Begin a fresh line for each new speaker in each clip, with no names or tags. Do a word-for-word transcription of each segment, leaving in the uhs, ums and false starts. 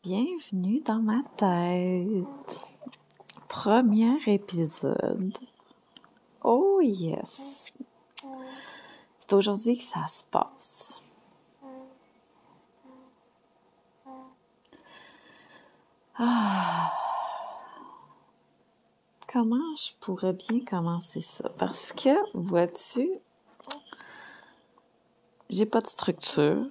Bienvenue dans ma tête. Premier épisode. Oh yes. C'est aujourd'hui que ça se passe. Ah. Comment je pourrais bien commencer ça? Parce que, vois-tu, j'ai pas de structure.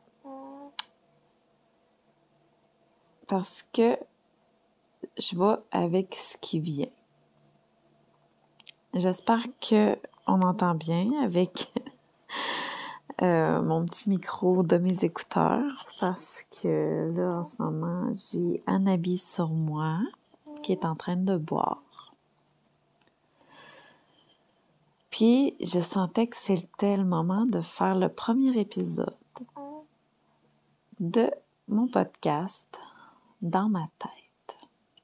Parce que je vais avec ce qui vient. J'espère que on m'entend bien avec euh, mon petit micro de mes écouteurs parce que là, en ce moment, j'ai Anabi sur moi qui est en train de boire. Puis, je sentais que c'était le moment de faire le premier épisode de mon podcast dans ma tête.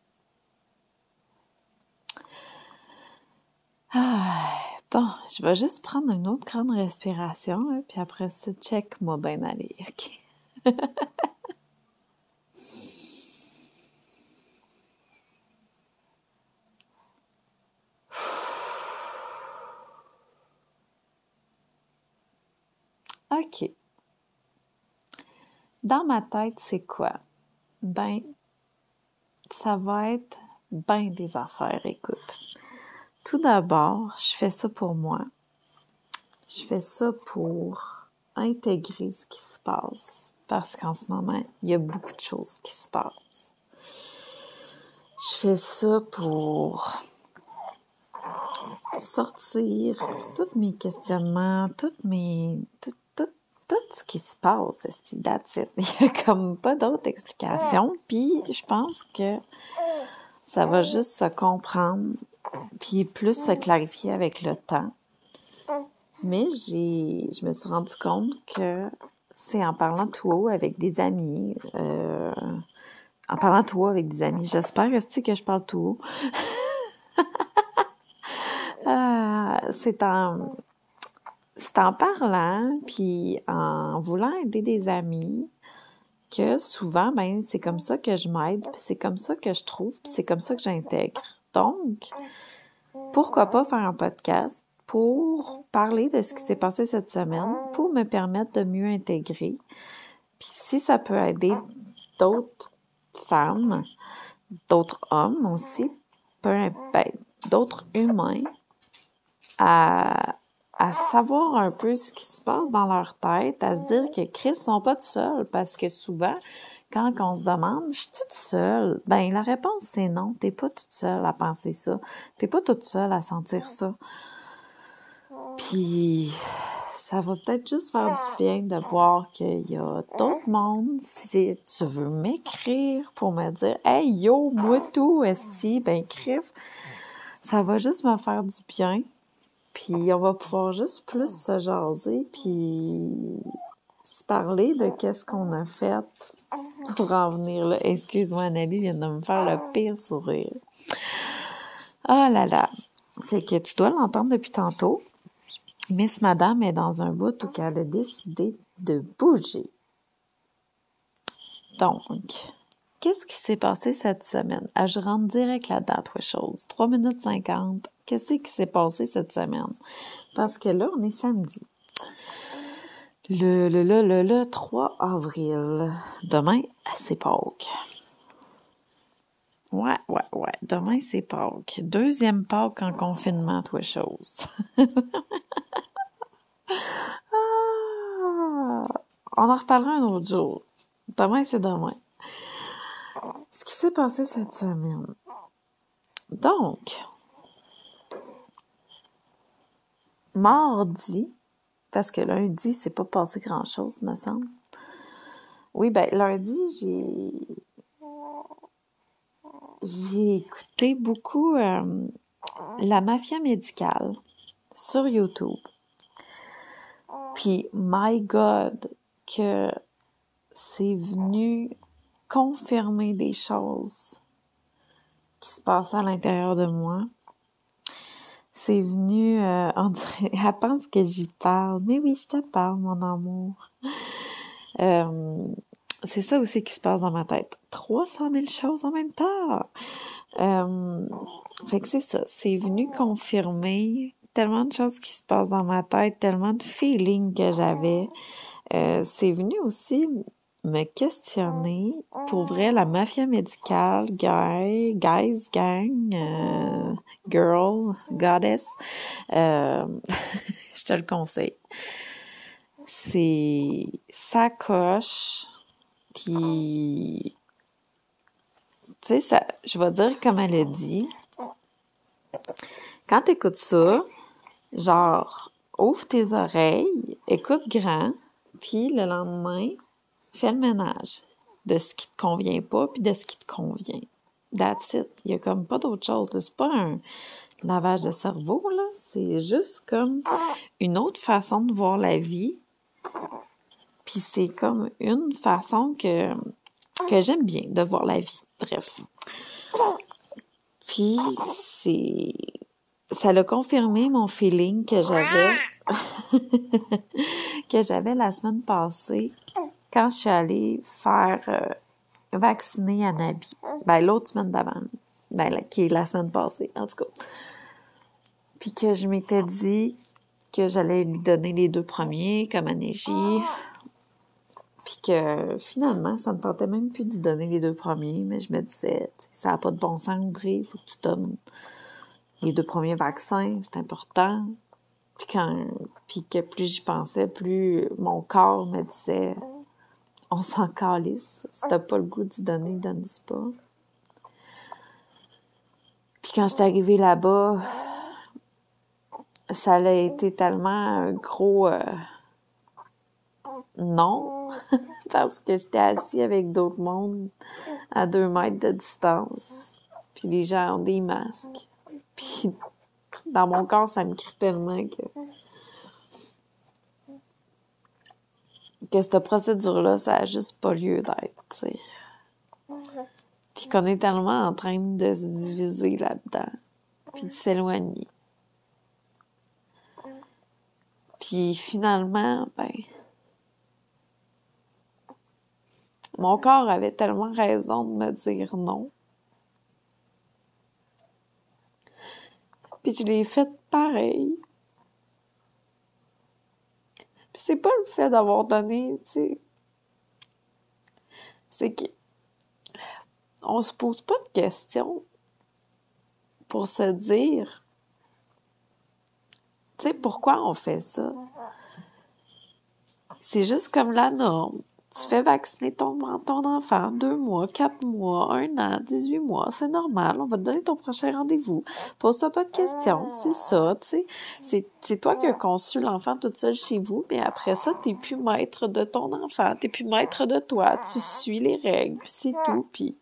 Ah, bon, je vais juste prendre une autre grande respiration, hein, puis après ça, check-moi bien aller, ok? Ok. Dans ma tête, c'est quoi? Ben, ça va être ben des affaires, écoute. Tout d'abord, je fais ça pour moi. Je fais ça pour intégrer ce qui se passe. Parce qu'en ce moment, il y a beaucoup de choses qui se passent. Je fais ça pour sortir tous mes questionnements, toutes mes... Tout, tout, tout ce qui se passe, that's it. Il n'y a comme pas d'autre explication. Puis, je pense que ça va juste se comprendre, puis plus se clarifier avec le temps. Mais j'ai, je me suis rendu compte que c'est en parlant tout haut avec des amis, euh, en parlant tout haut avec des amis, j'espère que, que je parle tout haut. euh, c'est en, c'est en parlant, puis en voulant aider des amis, que souvent, ben, c'est comme ça que je m'aide, puis c'est comme ça que je trouve, puis c'est comme ça que j'intègre. Donc, pourquoi pas faire un podcast pour parler de ce qui s'est passé cette semaine, pour me permettre de mieux intégrer. Puis si ça peut aider d'autres femmes, d'autres hommes aussi, peu, ben, d'autres humains, à, à savoir un peu ce qui se passe dans leur tête, à se dire que Christ ne sont pas tout seuls, parce que souvent, quand on se demande « Je suis toute seule? » Ben, la réponse, c'est non. T'es pas toute seule à penser ça. T'es pas toute seule à sentir ça. Puis, ça va peut-être juste faire du bien de voir qu'il y a d'autres mondes. Si tu veux m'écrire pour me dire « Hey, yo, moi tout, esti, ben, crif, ça va juste me faire du bien. » Puis, on va pouvoir juste plus se jaser, puis se parler de qu'est-ce qu'on a fait pour en venir là. Excuse-moi, Nabi vient de me faire le pire sourire. Oh là là. C'est que tu dois l'entendre depuis tantôt. Miss Madame est dans un bout où elle a décidé de bouger. Donc, qu'est-ce qui s'est passé cette semaine? Ah, je rentre direct là-dedans, trois choses. trois minutes cinquante. Qu'est-ce qui s'est passé cette semaine? Parce que là, on est samedi. Le, le, le, le, le trois avril. Demain, c'est Pâques. Ouais, ouais, ouais. Demain, c'est Pâques. Deuxième Pâques en confinement, trois choses. ah, on en reparlera un autre jour. Demain, c'est demain. Ce qui s'est passé cette semaine. Donc, mardi, parce que lundi, c'est pas passé grand-chose, me semble. Oui, ben lundi, j'ai j'ai écouté beaucoup euh, la mafia médicale sur YouTube. Puis, my God, que c'est venu confirmer des choses qui se passaient à l'intérieur de moi. C'est venu, euh, on dirait, elle pense que j'y parle. Mais oui, je te parle, mon amour. Euh, c'est ça aussi qui se passe dans ma tête. trois cent mille choses en même temps! Euh, fait que c'est ça. C'est venu confirmer tellement de choses qui se passent dans ma tête, tellement de feelings que j'avais. Euh, c'est venu aussi me questionner. Pour vrai, la mafia médicale, guy, guys, gang, euh, girl, goddess, euh, je te le conseille. C'est sacoche, puis tu sais, ça, je vais dire comme elle a dit. Quand t'écoutes ça, genre, ouvre tes oreilles, écoute grand, puis le lendemain, fais le ménage de ce qui te convient pas puis de ce qui te convient. That's it. Il y a comme pas d'autre chose. Là. C'est pas un lavage de cerveau, là. C'est juste comme une autre façon de voir la vie. Puis c'est comme une façon que, que j'aime bien de voir la vie. Bref. Puis c'est... Ça l'a confirmé mon feeling que j'avais que j'avais la semaine passée quand je suis allée faire euh, vacciner Anabi. Ben, l'autre semaine d'avant. Ben, la, qui est la semaine passée, en tout cas. Puis que je m'étais dit que j'allais lui donner les deux premiers, comme à Neji. Puis que finalement, ça me tentait même plus d'y donner les deux premiers, mais je me disais, ça n'a pas de bon sens, Audrey, il faut que tu donnes les deux premiers vaccins, c'est important. Puis quand, puis que plus j'y pensais, plus mon corps me disait, on s'en calisse. Si t'as pas le goût d'y donner, donne-y pas. Puis quand j'étais arrivée là-bas, ça a été tellement un gros euh, non, parce que j'étais assise avec d'autres mondes à deux mètres de distance. Puis les gens ont des masques. Puis dans mon corps, ça me crie tellement que que cette procédure-là, ça a juste pas lieu d'être, tu sais. Puis qu'on est tellement en train de se diviser là-dedans, puis de s'éloigner. Puis finalement, ben, mon corps avait tellement raison de me dire non. Puis je l'ai fait pareil. Puis c'est pas le fait d'avoir donné, tu sais. C'est que on se pose pas de questions pour se dire, tu sais, pourquoi on fait ça? C'est juste comme la norme. Tu fais vacciner ton, ton enfant deux mois, quatre mois, un an, dix-huit mois. C'est normal. On va te donner ton prochain rendez-vous. Pose-toi pas de questions. C'est ça, tu sais. C'est, c'est toi qui as conçu l'enfant toute seule chez vous, mais après ça, t'es plus maître de ton enfant. T'es plus maître de toi. Tu suis les règles, puis c'est tout. Puis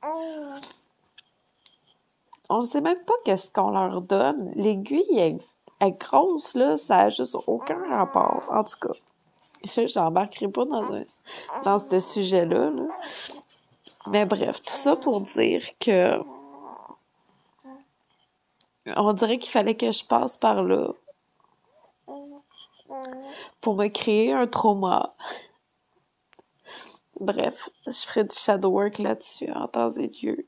on sait même pas qu'est-ce qu'on leur donne. L'aiguille est, est grosse, là. Ça a juste aucun rapport. En tout cas. J'embarquerai pas dans un dans ce sujet-là. Là. Mais bref, tout ça pour dire que on dirait qu'il fallait que je passe par là pour me créer un trauma. Bref, je ferai du shadow work là-dessus en temps et lieu.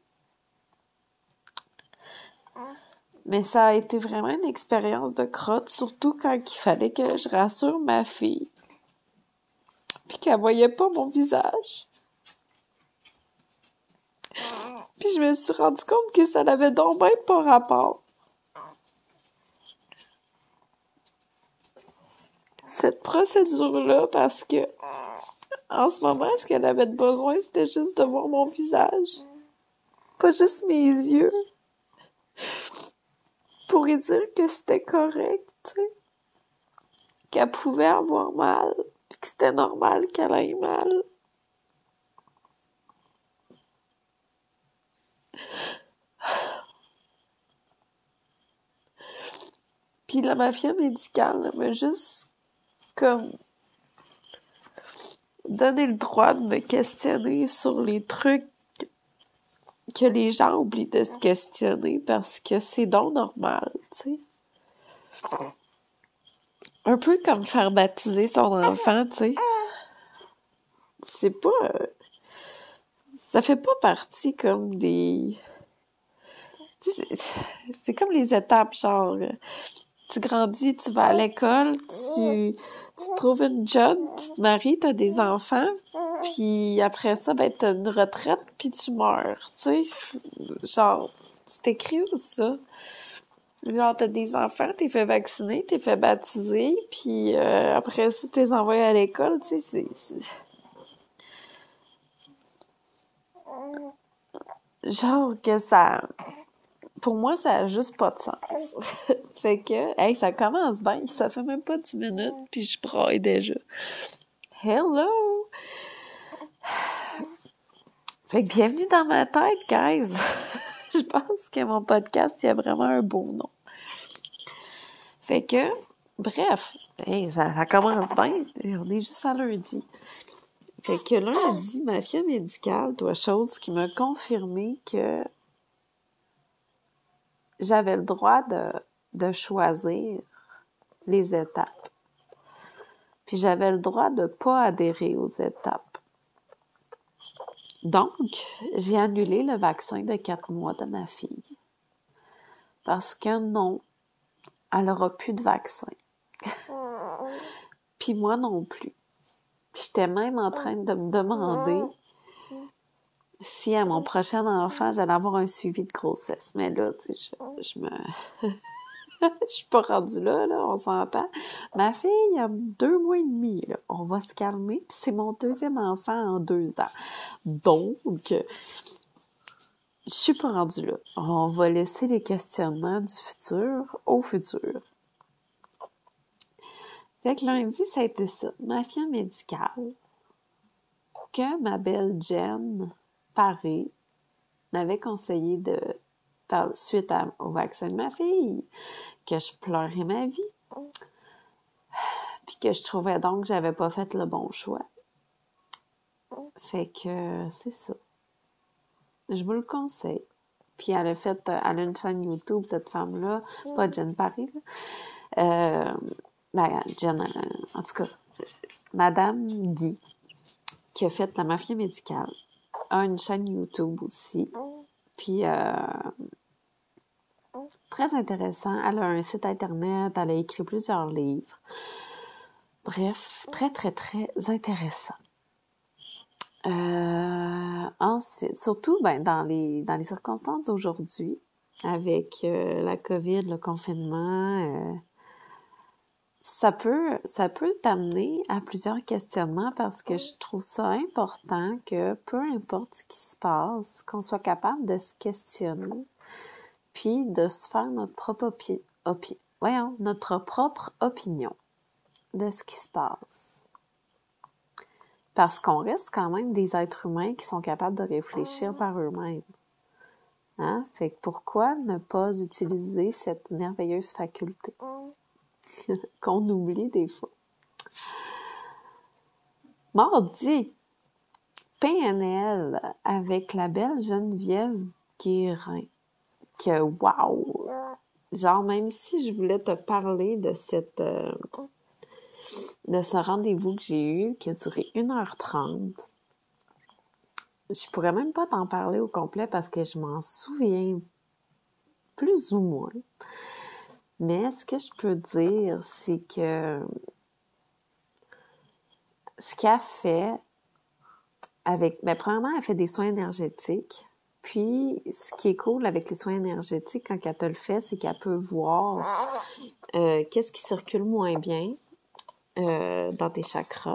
Mais ça a été vraiment une expérience de crotte, surtout quand il fallait que je rassure ma fille. Puis qu'elle voyait pas mon visage. Puis je me suis rendu compte que ça n'avait donc même pas rapport. Cette procédure-là, parce que en ce moment, ce qu'elle avait de besoin, c'était juste de voir mon visage. Pas juste mes yeux. Pour lui dire que c'était correct, tu sais. Qu'elle pouvait avoir mal. Puis que c'était normal qu'elle ait mal. Puis la mafia médicale m'a juste comme donné le droit de me questionner sur les trucs que les gens oublient de se questionner parce que c'est donc normal, tu sais. Un peu comme faire baptiser son enfant, tu sais. C'est pas... Euh, ça fait pas partie comme des... Tu sais, c'est, c'est comme les étapes, genre, tu grandis, tu vas à l'école, tu, tu trouves une job, tu te maries, t'as des enfants, puis après ça, ben, t'as une retraite, puis tu meurs, tu sais. Genre, c'est écrit où, ça? Genre, t'as des enfants, t'es fait vacciner, t'es fait baptiser, puis euh, après ça, t'es envoyé à l'école, tu sais, c'est... c'est... Genre que ça... Pour moi, ça a juste pas de sens. Fait que, hey, ça commence bien, ça fait même pas dix minutes, puis je braille déjà. Hello! Fait que bienvenue dans ma tête, guys! Je pense que mon podcast, il a vraiment un beau nom. Fait que, bref, hey, ça, ça commence bien, on est juste à lundi. Fait que lundi, ma fiche médicale, toi, chose qui m'a confirmé que j'avais le droit de, de choisir les étapes. Puis j'avais le droit de pas adhérer aux étapes. Donc, j'ai annulé le vaccin de quatre mois de ma fille. Parce que non, elle aura plus de vaccin. Puis moi non plus. J'étais même en train de me demander si à mon prochain enfant, j'allais avoir un suivi de grossesse. Mais là, tu sais, je, je me... Je suis pas rendue là, là, on s'entend. Ma fille a deux mois et demi, là. On va se calmer. Puis c'est mon deuxième enfant en deux ans. Donc, je suis pas rendue là. On va laisser les questionnements du futur au futur. Fait que lundi, ça a été ça. Ma fiche médicale, que ma belle Jen Paré m'avait conseillé de, par, suite à, au vaccin de ma fille, que je pleurais ma vie. Puis que je trouvais donc que j'avais pas fait le bon choix. Fait que c'est ça. Je vous le conseille. Puis elle a fait, elle a une chaîne YouTube, cette femme-là, pas Jen Paré, là. Euh, ben, Jen, euh, en tout cas, Madame Guy, qui a fait la mafia médicale, a une chaîne YouTube aussi. Puis, euh, très intéressant. Elle a un site internet, elle a écrit plusieurs livres. Bref, très, très, très intéressant. Euh, ensuite, surtout ben, dans les dans les circonstances d'aujourd'hui, avec euh, la COVID, le confinement, euh, ça peut ça peut t'amener à plusieurs questionnements parce que je trouve ça important que peu importe ce qui se passe, qu'on soit capable de se questionner, puis de se faire notre propre opi- opi- voyons, notre propre opinion de ce qui se passe. Parce qu'on reste quand même des êtres humains qui sont capables de réfléchir par eux-mêmes. Hein? Fait que pourquoi ne pas utiliser cette merveilleuse faculté qu'on oublie des fois? Mardi, P N L avec la belle Geneviève Guérin. Que wow! Genre, même si je voulais te parler de cette... Euh, de ce rendez-vous que j'ai eu, qui a duré une heure trente, je pourrais même pas t'en parler au complet parce que je m'en souviens plus ou moins. Mais ce que je peux dire, c'est que ce qu'elle fait avec... Ben, premièrement, elle fait des soins énergétiques. Puis, ce qui est cool avec les soins énergétiques, quand elle te le fait, c'est qu'elle peut voir euh, qu'est-ce qui circule moins bien euh, dans tes chakras.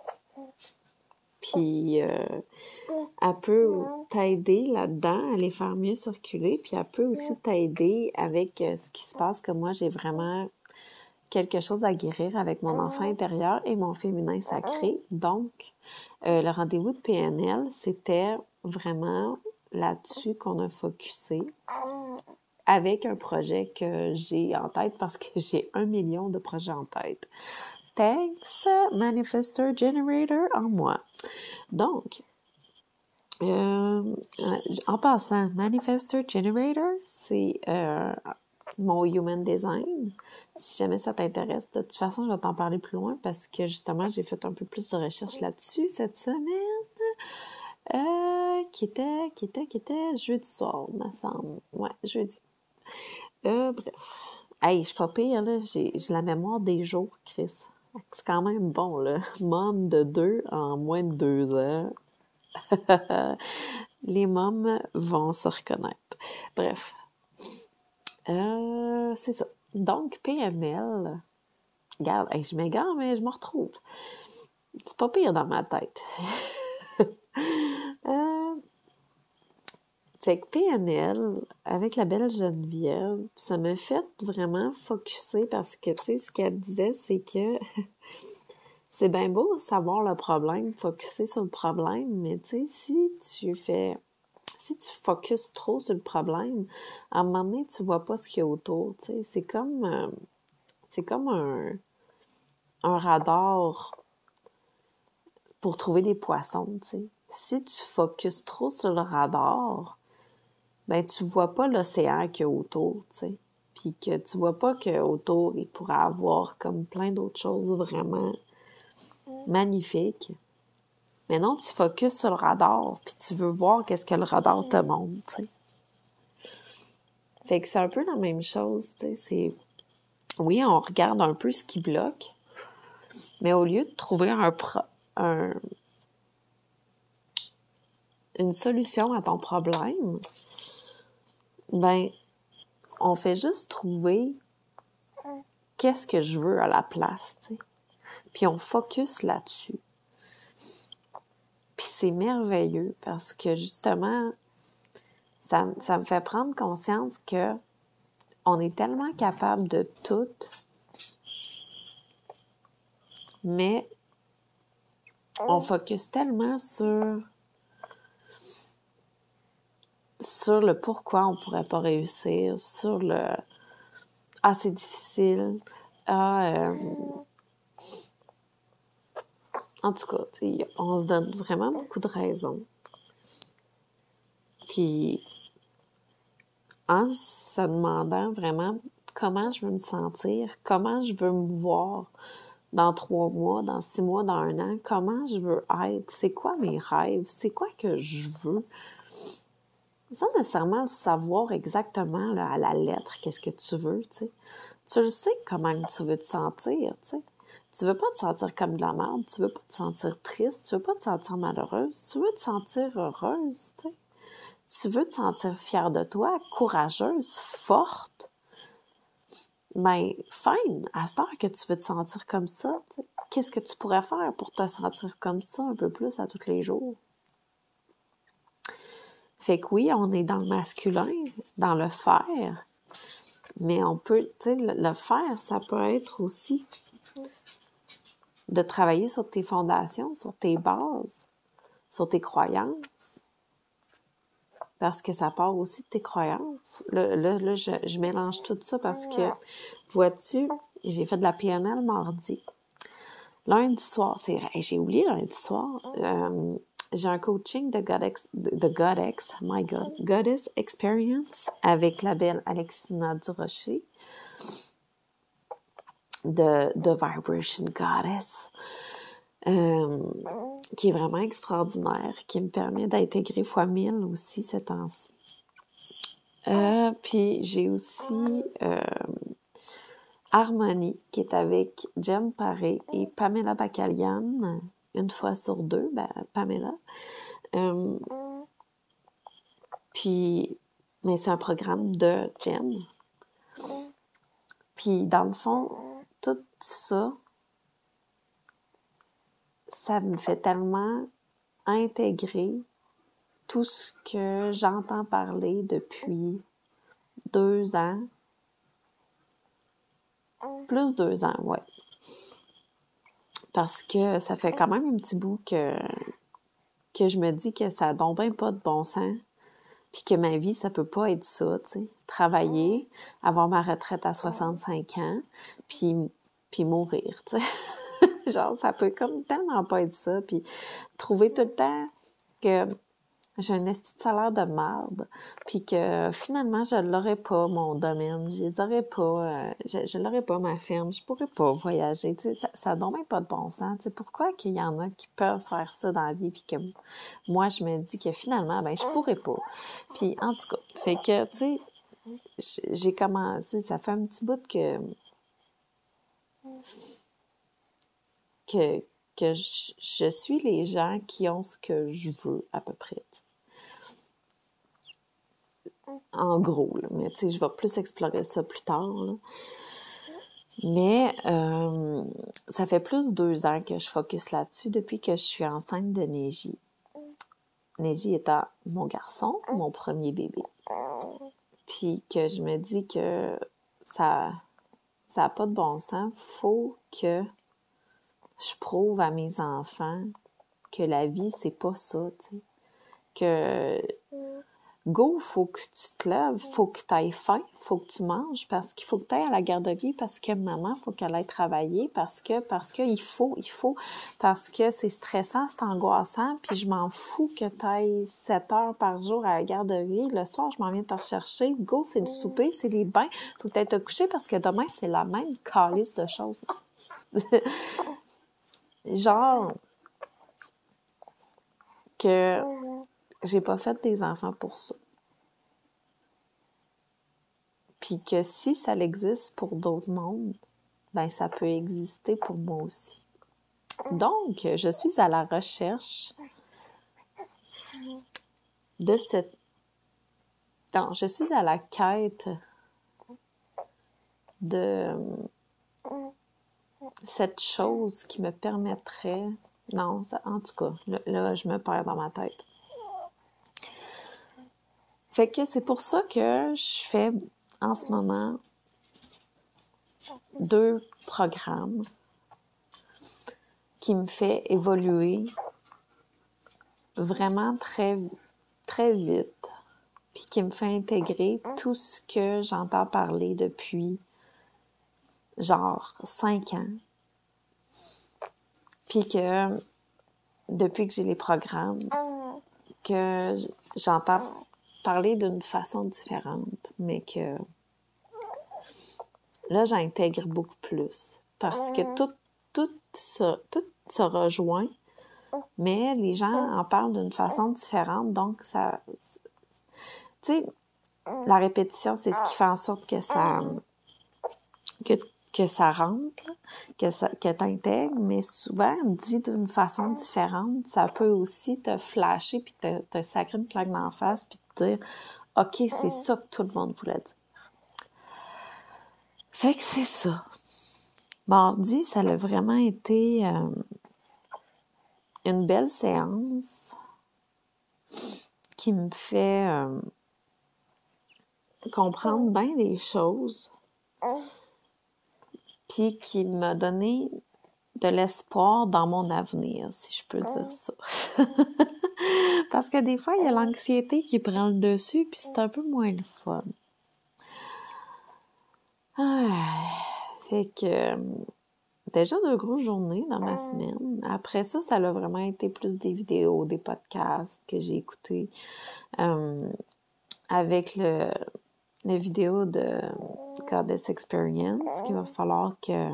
Puis, euh, elle peut t'aider là-dedans à les faire mieux circuler. Puis, elle peut aussi t'aider avec euh, ce qui se passe, que moi, j'ai vraiment quelque chose à guérir avec mon enfant intérieur et mon féminin sacré. Donc, euh, le rendez-vous de P N L, c'était vraiment là-dessus qu'on a focusé avec un projet que j'ai en tête parce que j'ai un million de projets en tête. Thanks, Manifestor Generator en moi. Donc, euh, en passant, Manifestor Generator, c'est euh, mon Human Design. Si jamais ça t'intéresse, de toute façon, je vais t'en parler plus loin parce que justement, j'ai fait un peu plus de recherche là-dessus cette semaine. Euh, qui était, qui était, qui était jeudi soir, me semble. Ouais, jeudi. Euh, bref. Hey, je suis pas pire, là. J'ai, j'ai la mémoire des jours, Chris. C'est quand même bon, là. Mom de deux en moins de deux ans. Les mômes vont se reconnaître. Bref. Euh, c'est ça. Donc, P N L, regarde, hey, je m'égare, mais je me retrouve. C'est pas pire dans ma tête. euh, fait que P N L, avec la belle Geneviève, ça m'a fait vraiment focusser parce que, tu sais, ce qu'elle disait, c'est que c'est bien beau savoir le problème, focusser sur le problème, mais tu sais, si tu fais... Si tu focuses trop sur le problème, à un moment donné, tu vois pas ce qu'il y a autour, tu sais. C'est comme... euh, c'est comme un, un radar pour trouver des poissons, tu sais. Si tu focuses trop sur le radar, ben tu vois pas l'océan qu'il y a autour, tu sais. Puis que tu vois pas qu'autour, il pourrait avoir comme plein d'autres choses vraiment magnifiques. Mais non, tu focuses sur le radar, puis tu veux voir qu'est-ce que le radar te montre, tu sais. Fait que c'est un peu la même chose, tu sais. C'est... Oui, on regarde un peu ce qui bloque, mais au lieu de trouver un, pro... un... une solution à ton problème, ben, on fait juste trouver qu'est-ce que je veux à la place, tu sais. Puis on focus là-dessus. Puis c'est merveilleux parce que justement, ça, ça me fait prendre conscience que on est tellement capable de tout, mais on focus tellement sur sur le pourquoi on pourrait pas réussir, sur le « Ah, c'est difficile. Ah, euh... » En tout cas, on se donne vraiment beaucoup de raisons. Puis, en se demandant vraiment comment je veux me sentir, comment je veux me voir dans trois mois, dans six mois, dans un an, comment je veux être, c'est quoi mes rêves, c'est quoi que je veux, sans nécessairement savoir exactement là, à la lettre qu'est-ce que tu veux, tu sais. Tu le sais comment tu veux te sentir, tu sais. Tu veux pas te sentir comme de la merde, tu veux pas te sentir triste, tu veux pas te sentir malheureuse, tu veux te sentir heureuse, tu sais. Tu veux te sentir fière de toi, courageuse, forte. Mais fine, à cette heure que tu veux te sentir comme ça, tu sais, qu'est-ce que tu pourrais faire pour te sentir comme ça un peu plus à tous les jours? Fait que oui, on est dans le masculin, dans le faire, mais on peut, tu sais, le, le faire, ça peut être aussi de travailler sur tes fondations, sur tes bases, sur tes croyances, parce que ça part aussi de tes croyances. Là, là, là je, je mélange tout ça parce que, vois-tu, j'ai fait de la P N L mardi. Lundi soir, c'est hey, j'ai oublié lundi soir, euh, j'ai un coaching de Godex, de Godex, my God, Goddess Experience avec la belle Alexina Durocher de, de Vibration Goddess. Euh, qui est vraiment extraordinaire, qui me permet d'intégrer fois mille aussi ces temps-ci. Euh, puis j'ai aussi euh, Harmonie, qui est avec Jem Paré et Pamela Bacalian, une fois sur deux, ben, Pamela. Euh, puis, mais c'est un programme de Jem. Puis, dans le fond, tout ça, ça me fait tellement intégrer tout ce que j'entends parler depuis deux ans. Plus deux ans, ouais. Parce que ça fait quand même un petit bout que, que je me dis que ça n'a donc bien pas de bon sens. Puis que ma vie, ça peut pas être ça, tu sais. Travailler, avoir ma retraite à soixante-cinq ans, puis, puis mourir, tu sais. Genre, ça peut comme tellement pas être ça. Puis trouver tout le temps que j'ai un esti de salaire de marde, puis que finalement, je l'aurais pas, mon domaine, je les aurais pas, euh, je, je l'aurais pas, ma firme, je pourrais pas voyager, tu sais, ça, ça donne même pas de bon sens, tu sais, pourquoi qu'il y en a qui peuvent faire ça dans la vie, puis que moi, je me dis que finalement, ben, je pourrais pas. Puis, en tout cas, fait que, tu sais, j'ai commencé, ça fait un petit bout que, que, que je, je suis les gens qui ont ce que je veux, à peu près, t'sais. En gros, là. Mais tu sais, je vais plus explorer ça plus tard, là. Mais euh, ça fait plus de deux ans que je focus là-dessus depuis que je suis enceinte de Neji. Neji étant mon garçon, mon premier bébé. Puis que je me dis que ça ça n'a pas de bon sens. Faut que je prouve à mes enfants que la vie, c'est pas ça, tu sais. Que go, faut que tu te lèves, faut que tu ailles faim, faut que tu manges, parce qu'il faut que tu ailles à la garderie, parce que maman, faut qu'elle aille travailler, parce que, parce que, il faut, il faut, parce que c'est stressant, c'est angoissant, puis je m'en fous que tu ailles sept heures par jour à la garderie. Le soir, je m'en viens te rechercher. Go, c'est le souper, c'est les bains. Faut peut-être te coucher parce que demain, c'est la même calice de choses. Genre, que j'ai pas fait des enfants pour ça. Puis que si ça existe pour d'autres mondes, ben ça peut exister pour moi aussi. Donc, je suis à la recherche de cette... Non, je suis à la quête de cette chose qui me permettrait... Non, ça, en tout cas, là, là, je me perds dans ma tête. Fait que c'est pour ça que je fais en ce moment deux programmes qui me fait évoluer vraiment très, très vite, puis qui me fait intégrer tout ce que j'entends parler depuis genre cinq ans, puis que depuis que j'ai les programmes, que j'entends parler d'une façon différente, mais que là, j'intègre beaucoup plus, parce que tout, tout, ça, tout se rejoint, mais les gens en parlent d'une façon différente, donc ça... Tu sais, la répétition, c'est ce qui fait en sorte que ça... que, que ça rentre, que, ça, que t'intègres, mais souvent, dit d'une façon différente, ça peut aussi te flasher, puis te, te sacrer une claque d'en face, puis te dire « OK, c'est ça que tout le monde voulait dire. » Fait que c'est ça. Mardi, ça a vraiment été euh, une belle séance qui me fait euh, comprendre bien des choses, puis qui m'a donné de l'espoir dans mon avenir, si je peux dire ça. Parce que des fois, il y a l'anxiété qui prend le dessus, puis c'est un peu moins le fun. Ah, fait que déjà deux grosses journées dans ma semaine. Après ça, ça a vraiment été plus des vidéos, des podcasts que j'ai écoutés euh, avec le, le vidéo de Goddess Experience qu'il va falloir que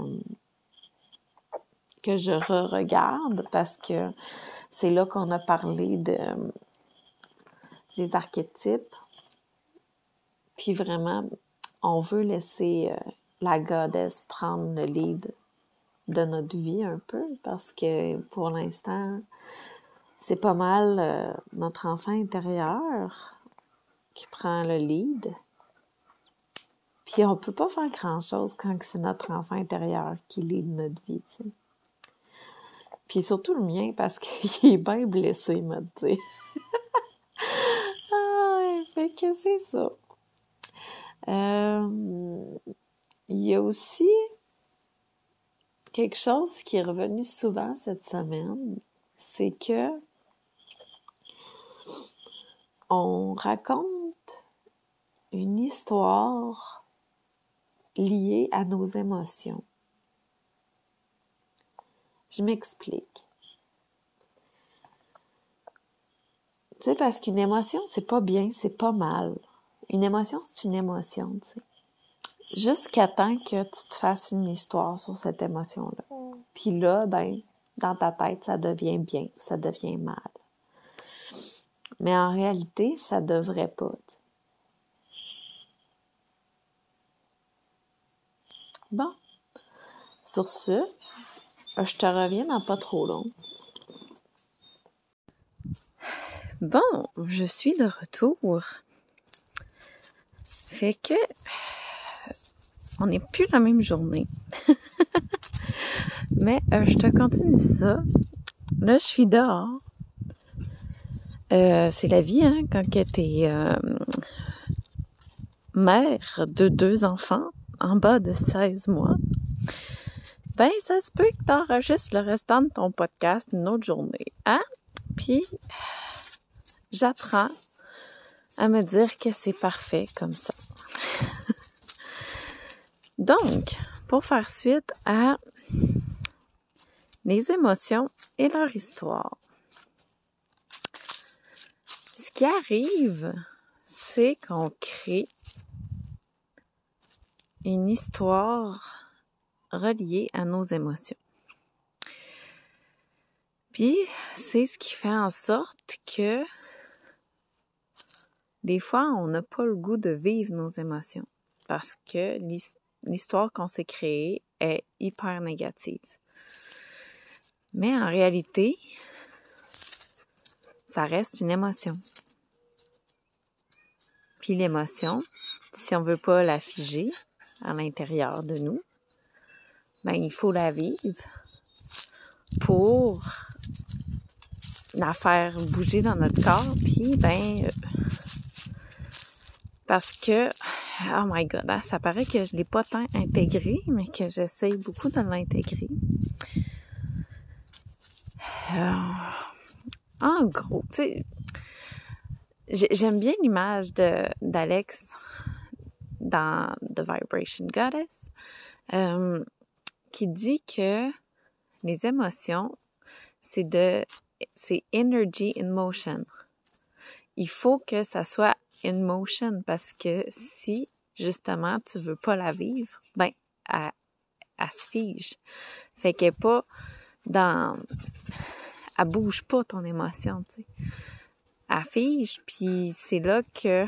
que je re-regarde parce que c'est là qu'on a parlé de des archétypes. Puis vraiment, on veut laisser euh, la goddess prendre le lead de notre vie un peu parce que pour l'instant, c'est pas mal euh, notre enfant intérieur qui prend le lead. Puis on peut pas faire grand-chose quand c'est notre enfant intérieur qui lead notre vie, tu sais. Puis surtout le mien parce qu'il est bien blessé, me dire. Ah, fait que c'est ça. Euh, il y a aussi quelque chose qui est revenu souvent cette semaine, c'est que on raconte une histoire liée à nos émotions. Je m'explique. Tu sais, parce qu'une émotion, c'est pas bien, c'est pas mal. Une émotion, c'est une émotion, tu sais. Jusqu'à temps que tu te fasses une histoire sur cette émotion-là. Puis là, ben, dans ta tête, ça devient bien, ça devient mal. Mais en réalité, ça devrait pas, tu sais. Bon, sur ce, je te reviens dans pas trop long. Bon, je suis de retour. Fait que on n'est plus la même journée. Mais euh, je te continue ça. Là, je suis dehors. Euh, c'est la vie, hein, quand t'es euh, mère de deux enfants en bas de seize mois. Ben, ça se peut que t'enregistres le restant de ton podcast une autre journée, hein? Puis, j'apprends à me dire que c'est parfait comme ça. Donc, pour faire suite à les émotions et leur histoire. Ce qui arrive, c'est qu'on crée une histoire reliée à nos émotions. Puis, c'est ce qui fait en sorte que des fois, on n'a pas le goût de vivre nos émotions parce que l'histoire qu'on s'est créée est hyper négative. Mais en réalité, ça reste une émotion. Puis l'émotion, si on veut pas la figer à l'intérieur de nous, ben il faut la vivre pour la faire bouger dans notre corps. Puis ben euh, parce que oh my god, hein, ça paraît que je l'ai pas tant intégré, mais que j'essaye beaucoup de l'intégrer. Euh, en gros, tu sais, j'aime bien l'image de d'Alex dans The Vibration Goddess, euh, qui dit que les émotions, c'est de, c'est energy in motion. Il faut que ça soit in motion parce que si, justement, tu veux pas la vivre, ben, elle, elle se fige. Fait qu'elle est pas dans, elle bouge pas ton émotion, tu sais. Elle fige, puis c'est là que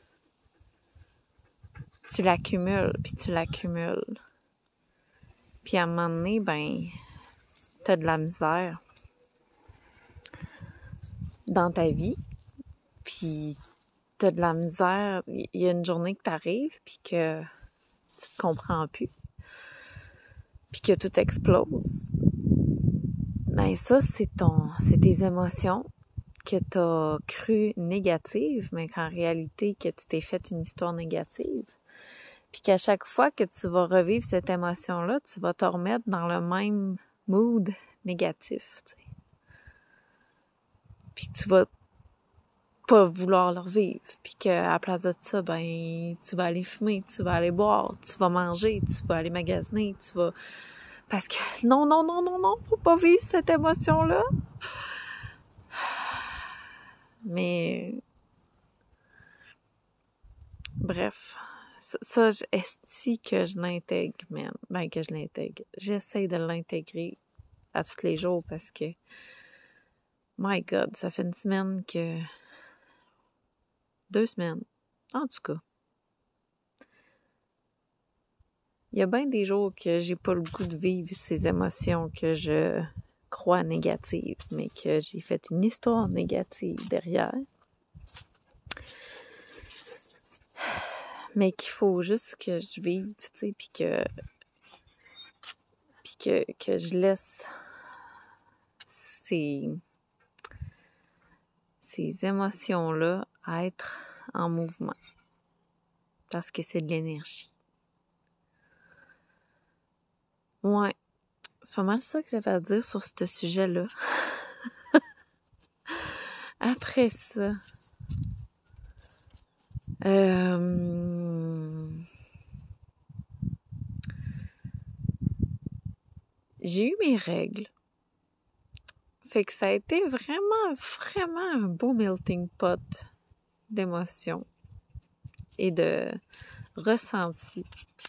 tu l'accumules, puis tu l'accumules. Puis à un moment donné, ben, t'as de la misère dans ta vie, puis t'as de la misère, il y a une journée que t'arrives, puis que tu te comprends plus, puis que tout explose. Ben ça, c'est ton, c'est tes émotions que t'as crues négatives, mais qu'en réalité, que tu t'es fait une histoire négative. Puis qu'à chaque fois que tu vas revivre cette émotion-là, tu vas te remettre dans le même mood négatif, tu sais. Puis tu vas pas vouloir le revivre. Puis qu'à la place de ça, ben, tu vas aller fumer, tu vas aller boire, tu vas manger, tu vas aller magasiner, tu vas... Parce que non, non, non, non, non, faut pas vivre cette émotion-là. Mais... Bref... Ça, ça je esti que je l'intègre, man. Ben, que je l'intègre. J'essaie de l'intégrer à tous les jours parce que, my God, ça fait une semaine que... Deux semaines. En tout cas. Il y a bien des jours que j'ai pas le goût de vivre ces émotions que je crois négatives, mais que j'ai fait une histoire négative derrière. Mais qu'il faut juste que je vive, tu sais, puis que... Puis que, que je laisse ces... ces émotions-là être en mouvement. Parce que c'est de l'énergie. Ouais. C'est pas mal ça que j'avais à dire sur ce sujet-là. Après ça, euh, j'ai eu mes règles. Fait que ça a été vraiment, vraiment un beau melting pot d'émotions et de ressentis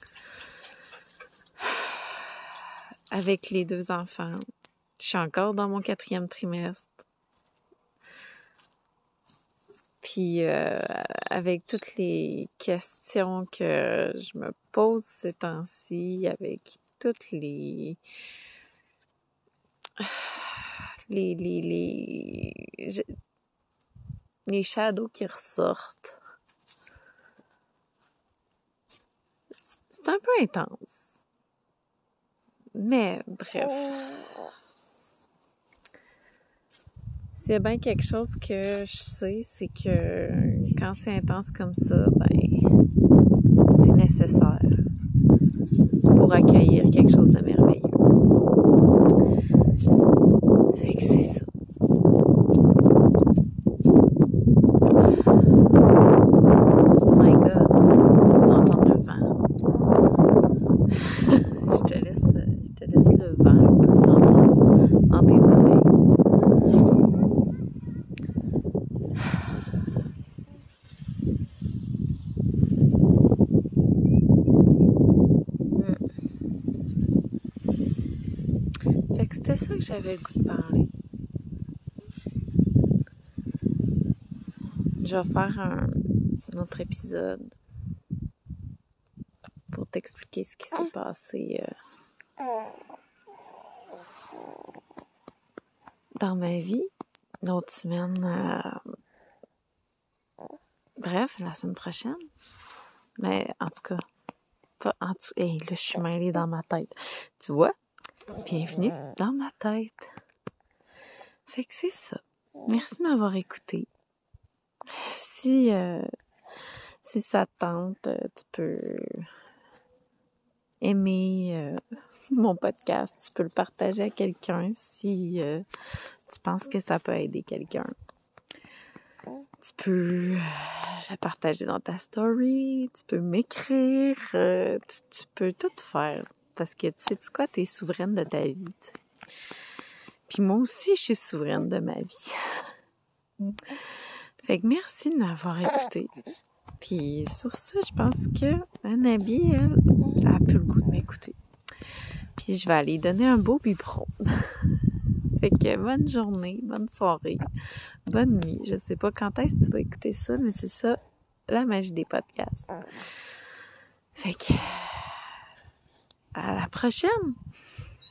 avec les deux enfants. Je suis encore dans mon quatrième trimestre. Puis euh, avec toutes les questions que je me pose ces temps-ci, avec toutes les les les les je, les shadows qui ressortent. C'est un peu intense. Mais bref. S'il y a bien quelque chose que je sais, c'est que quand c'est intense comme ça, ben, c'est nécessaire pour accueillir quelque chose de merveilleux. Fait que c'est ça. Oh my God, tu dois entendre le vent. je te laisse, je te laisse le vent un peu dans, ton, dans tes oreilles. Fait que c'était ça que j'avais le goût de parler. Je vais faire un, un autre épisode pour t'expliquer ce qui s'est passé euh, dans ma vie. L'autre semaine, euh, bref, la semaine prochaine. Mais en tout cas, pas en tout hey, là, je suis mêlée dans ma tête. Tu vois? Bienvenue dans ma tête. Fait que c'est ça. Merci de m'avoir écouté. Si, euh, si ça te tente, tu peux aimer euh, mon podcast. Tu peux le partager à quelqu'un si euh, tu penses que ça peut aider quelqu'un. Tu peux la partager dans ta story, tu peux m'écrire, euh, tu, tu peux tout faire. Parce que tu sais-tu quoi, t'es souveraine de ta vie. T'sais. Puis moi aussi, je suis souveraine de ma vie. Fait que merci de m'avoir écouté. Puis sur ça, je pense que Anabi, elle, elle a plus le goût de m'écouter. Puis je vais aller donner un beau biberon. Fait que bonne journée, bonne soirée, bonne nuit. Je sais pas quand est-ce que tu vas écouter ça, mais c'est ça, la magie des podcasts. Fait que à la prochaine!